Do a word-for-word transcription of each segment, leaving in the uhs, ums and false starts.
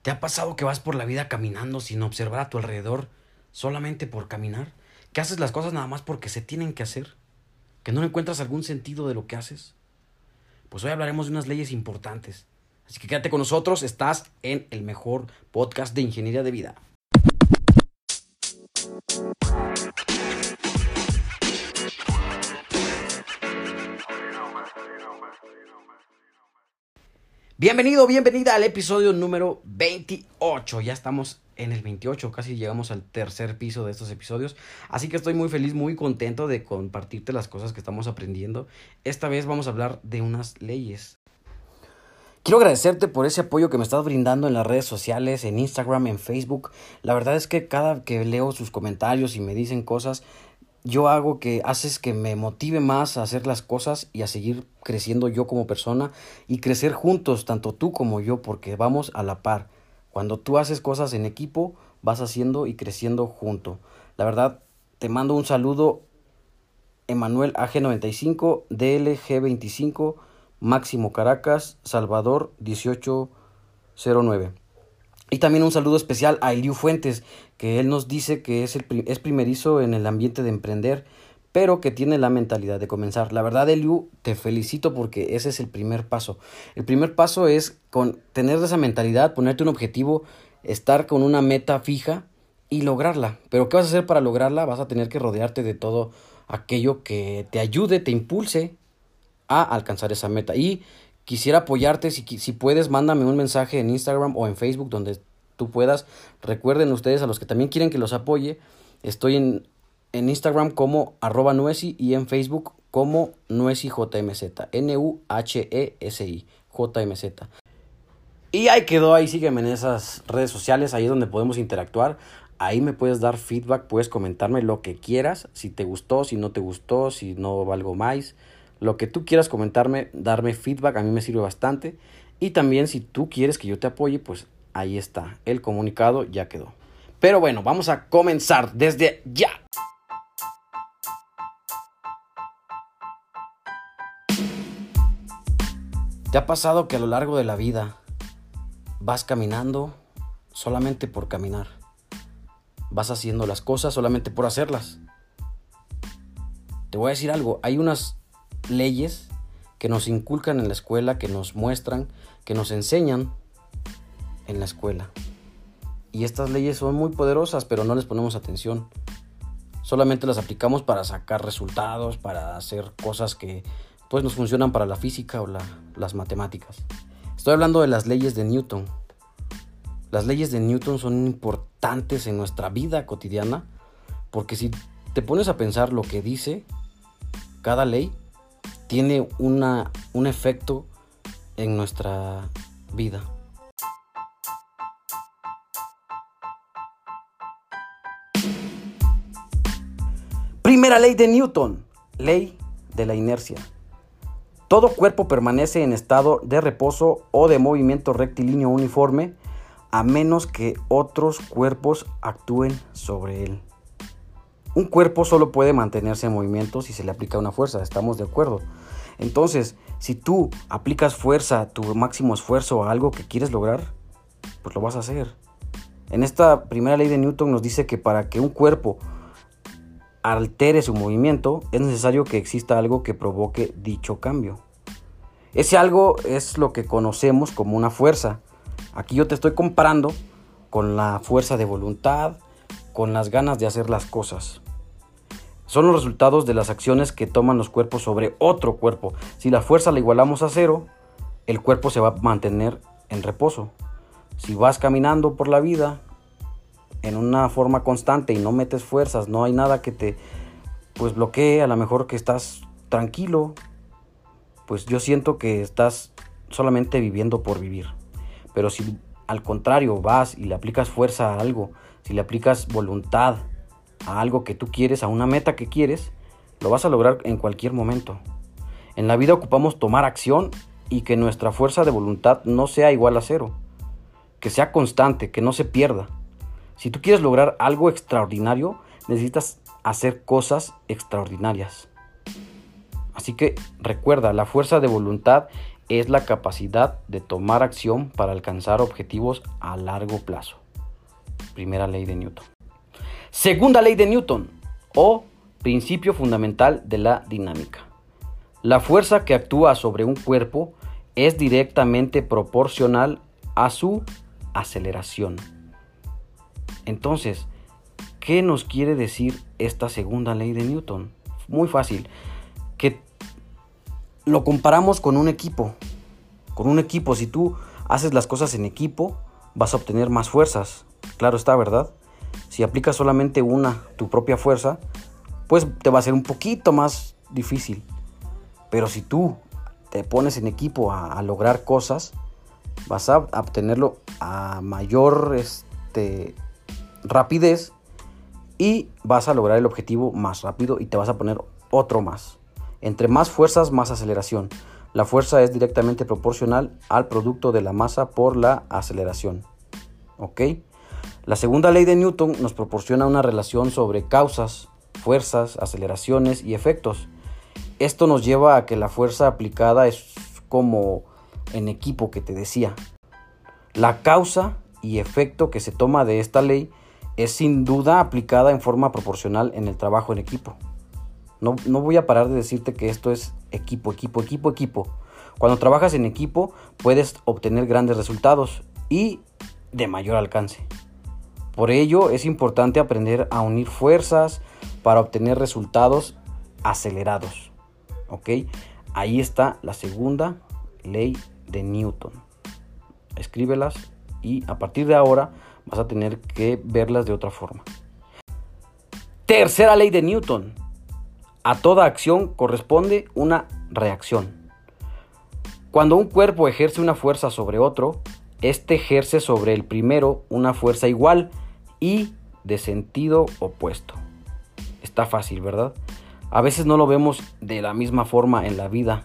¿Te ha pasado que vas por la vida caminando sin observar a tu alrededor solamente por caminar? ¿Que haces las cosas nada más porque se tienen que hacer? ¿Que no le encuentras algún sentido de lo que haces? Pues hoy hablaremos de unas leyes importantes. Así que quédate con nosotros, estás en el mejor podcast de ingeniería de vida. Bienvenido, bienvenida al episodio número veintiocho. Ya estamos en el veintiocho, casi llegamos al tercer piso de estos episodios. Así que estoy muy feliz, muy contento de compartirte las cosas que estamos aprendiendo. Esta vez vamos a hablar de unas leyes. Quiero agradecerte por ese apoyo que me estás brindando en las redes sociales, en Instagram, en Facebook. La verdad es que cada que leo sus comentarios y me dicen cosas, yo hago que haces que me motive más a hacer las cosas y a seguir creciendo yo como persona y crecer juntos, tanto tú como yo, porque vamos a la par. Cuando tú haces cosas en equipo, vas haciendo y creciendo junto. La verdad, te mando un saludo, Emanuel A G noventa y cinco, D L G veinticinco, Máximo Caracas, Salvador dieciocho cero nueve. Y también un saludo especial a Eliu Fuentes, que él nos dice que es, el, es primerizo en el ambiente de emprender, pero que tiene la mentalidad de comenzar. La verdad, Eliu, te felicito porque ese es el primer paso. El primer paso es con tener esa mentalidad, ponerte un objetivo, estar con una meta fija y lograrla. Pero ¿qué vas a hacer para lograrla? Vas a tener que rodearte de todo aquello que te ayude, te impulse a alcanzar esa meta. Y quisiera apoyarte, si, si puedes, mándame un mensaje en Instagram o en Facebook donde tú puedas. Recuerden ustedes, a los que también quieren que los apoye, estoy en, en Instagram como arroba nuesi y en Facebook como nuesijmz, N U H E S I, J M Z. Y ahí quedó, ahí sígueme en esas redes sociales, ahí es donde podemos interactuar. Ahí me puedes dar feedback, puedes comentarme lo que quieras, si te gustó, si no te gustó, si no valgo más. Lo que tú quieras comentarme, darme feedback, a mí me sirve bastante. Y también si tú quieres que yo te apoye, pues ahí está, el comunicado ya quedó. Pero bueno, vamos a comenzar desde ya. ¿Te ha pasado que a lo largo de la vida vas caminando solamente por caminar? Vas haciendo las cosas solamente por hacerlas. Te voy a decir algo, hay unas leyes que nos inculcan en la escuela, que nos muestran, que nos enseñan en la escuela. Y estas leyes son muy poderosas, pero no les ponemos atención. Solamente las aplicamos para sacar resultados, para hacer cosas que pues nos funcionan para la física o la, las matemáticas. Estoy hablando de las leyes de Newton. Las leyes de Newton son importantes en nuestra vida cotidiana, porque si te pones a pensar lo que dice cada ley, tiene una, un efecto en nuestra vida. Primera ley de Newton, ley de la inercia. Todo cuerpo permanece en estado de reposo o de movimiento rectilíneo uniforme a menos que otros cuerpos actúen sobre él. Un cuerpo solo puede mantenerse en movimiento si se le aplica una fuerza, ¿estamos de acuerdo? Entonces, si tú aplicas fuerza, tu máximo esfuerzo a algo que quieres lograr, pues lo vas a hacer. En esta primera ley de Newton nos dice que para que un cuerpo altere su movimiento, es necesario que exista algo que provoque dicho cambio. Ese algo es lo que conocemos como una fuerza. Aquí yo te estoy comparando con la fuerza de voluntad, con las ganas de hacer las cosas. Son los resultados de las acciones que toman los cuerpos sobre otro cuerpo. Si la fuerza la igualamos a cero, el cuerpo se va a mantener en reposo. Si vas caminando por la vida en una forma constante y no metes fuerzas, no hay nada que te pues bloquee, a lo mejor que estás tranquilo, pues yo siento que estás solamente viviendo por vivir. Pero si al contrario vas y le aplicas fuerza a algo, si le aplicas voluntad a algo que tú quieres, a una meta que quieres, lo vas a lograr en cualquier momento. En la vida ocupamos tomar acción y que nuestra fuerza de voluntad no sea igual a cero, que sea constante, que no se pierda. Si tú quieres lograr algo extraordinario, necesitas hacer cosas extraordinarias. Así que recuerda, la fuerza de voluntad es la capacidad de tomar acción para alcanzar objetivos a largo plazo. Primera ley de Newton. Segunda ley de Newton, o principio fundamental de la dinámica. La fuerza que actúa sobre un cuerpo es directamente proporcional a su aceleración. Entonces, ¿qué nos quiere decir esta segunda ley de Newton? Muy fácil, que lo comparamos con un equipo. Con un equipo, si tú haces las cosas en equipo, vas a obtener más fuerzas. Claro está, ¿verdad? Si aplicas solamente una, tu propia fuerza, pues te va a ser un poquito más difícil. Pero si tú te pones en equipo a, a lograr cosas, vas a obtenerlo a mayor este, rapidez y vas a lograr el objetivo más rápido y te vas a poner otro más. Entre más fuerzas, más aceleración. La fuerza es directamente proporcional al producto de la masa por la aceleración. ¿Ok? La segunda ley de Newton nos proporciona una relación sobre causas, fuerzas, aceleraciones y efectos. Esto nos lleva a que la fuerza aplicada es como en equipo que te decía. La causa y efecto que se toma de esta ley es sin duda aplicada en forma proporcional en el trabajo en equipo. No, no voy a parar de decirte que esto es equipo, equipo, equipo, equipo. Cuando trabajas en equipo puedes obtener grandes resultados y de mayor alcance. Por ello es importante aprender a unir fuerzas para obtener resultados acelerados. ¿Ok? Ahí está la segunda ley de Newton. Escríbelas y a partir de ahora vas a tener que verlas de otra forma. Tercera ley de Newton. A toda acción corresponde una reacción. Cuando un cuerpo ejerce una fuerza sobre otro, este ejerce sobre el primero una fuerza igual y de sentido opuesto. Está fácil, ¿verdad? A veces no lo vemos de la misma forma en la vida.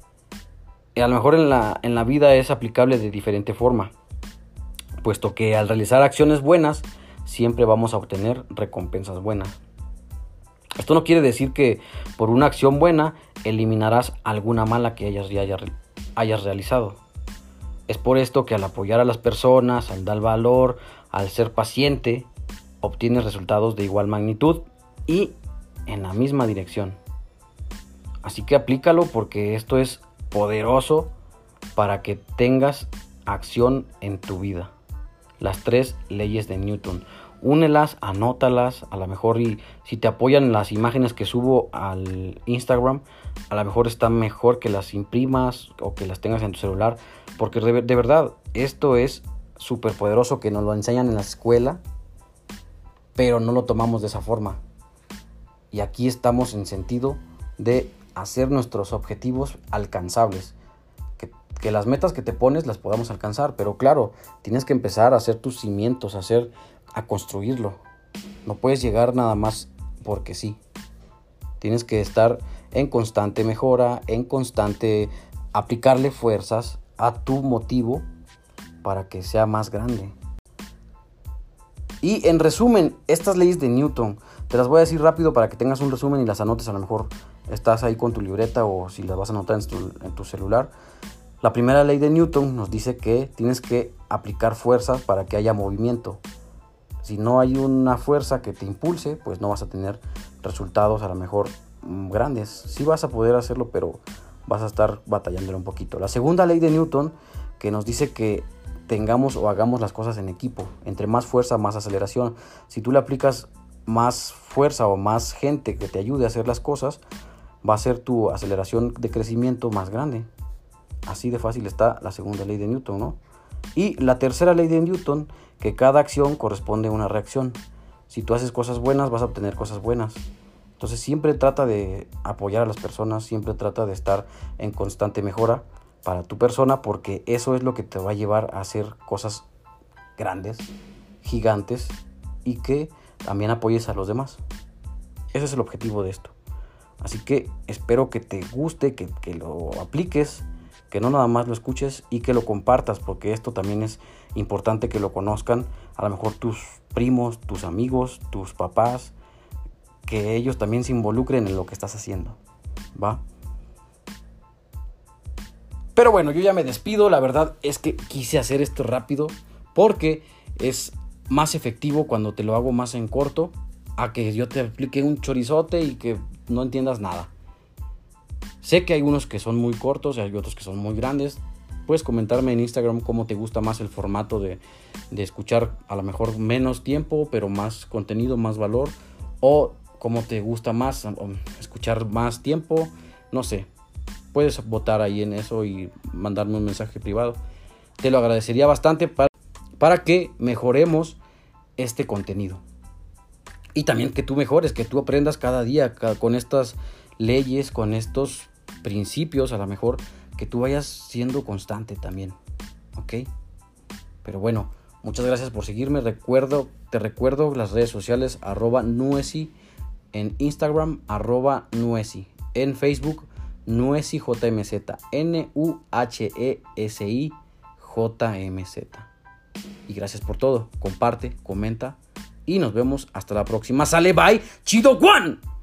Y a lo mejor en la, en la vida es aplicable de diferente forma, puesto que al realizar acciones buenas, siempre vamos a obtener recompensas buenas. Esto no quiere decir que por una acción buena eliminarás alguna mala que hayas, hayas, hayas realizado. Es por esto que al apoyar a las personas, al dar valor, al ser paciente, obtienes resultados de igual magnitud y en la misma dirección. Así que aplícalo porque esto es poderoso para que tengas acción en tu vida. Las tres leyes de Newton. Únelas, anótalas, a lo mejor y si te apoyan las imágenes que subo al Instagram, a lo mejor está mejor que las imprimas o que las tengas en tu celular, porque de, de verdad esto es súper poderoso que nos lo enseñan en la escuela, pero no lo tomamos de esa forma. Y aquí estamos en sentido de hacer nuestros objetivos alcanzables, que, que las metas que te pones las podamos alcanzar, pero claro, tienes que empezar a hacer tus cimientos, a hacer a construirlo. No puedes llegar nada más porque sí. Tienes que estar en constante mejora, en constante aplicarle fuerzas a tu motivo para que sea más grande. Y en resumen, estas leyes de Newton te las voy a decir rápido para que tengas un resumen y las anotes. A lo mejor estás ahí con tu libreta o si las vas a anotar en tu, en tu celular. La primera ley de Newton nos dice que tienes que aplicar fuerzas para que haya movimiento. Si no hay una fuerza que te impulse, pues no vas a tener resultados a lo mejor grandes. Sí vas a poder hacerlo, pero vas a estar batallándolo un poquito. La segunda ley de Newton que nos dice que tengamos o hagamos las cosas en equipo. Entre más fuerza, más aceleración. Si tú le aplicas más fuerza o más gente que te ayude a hacer las cosas, va a ser tu aceleración de crecimiento más grande. Así de fácil está la segunda ley de Newton, ¿no? Y la tercera ley de Newton, que cada acción corresponde a una reacción. Si tú haces cosas buenas, vas a obtener cosas buenas. Entonces siempre trata de apoyar a las personas, siempre trata de estar en constante mejora para tu persona, porque eso es lo que te va a llevar a hacer cosas grandes, gigantes, y que también apoyes a los demás. Ese es el objetivo de esto. Así que espero que te guste, que, que lo apliques, que no nada más lo escuches y que lo compartas, porque esto también es importante que lo conozcan, a lo mejor tus primos, tus amigos, tus papás, que ellos también se involucren en lo que estás haciendo, ¿va? Pero bueno, yo ya me despido. La verdad es que quise hacer esto rápido porque es más efectivo cuando te lo hago más en corto a que yo te explique un chorizote y que no entiendas nada. Sé que hay unos que son muy cortos y hay otros que son muy grandes. Puedes comentarme en Instagram cómo te gusta más el formato de, de escuchar a lo mejor menos tiempo, pero más contenido, más valor. O cómo te gusta más escuchar más tiempo. No sé. Puedes votar ahí en eso y mandarme un mensaje privado. Te lo agradecería bastante para, para que mejoremos este contenido. Y también que tú mejores, que tú aprendas cada día cada, con estas leyes, con estos principios, a lo mejor que tú vayas siendo constante también, ¿ok? Pero bueno, muchas gracias por seguirme. Recuerdo, te recuerdo las redes sociales, arroba Nuesi en Instagram, arroba Nuesi en Facebook, Nuesi J M Z, N U H E S I J M Z. Y gracias por todo. Comparte, comenta y nos vemos hasta la próxima. ¡Sale, bye! ¡Chido Juan!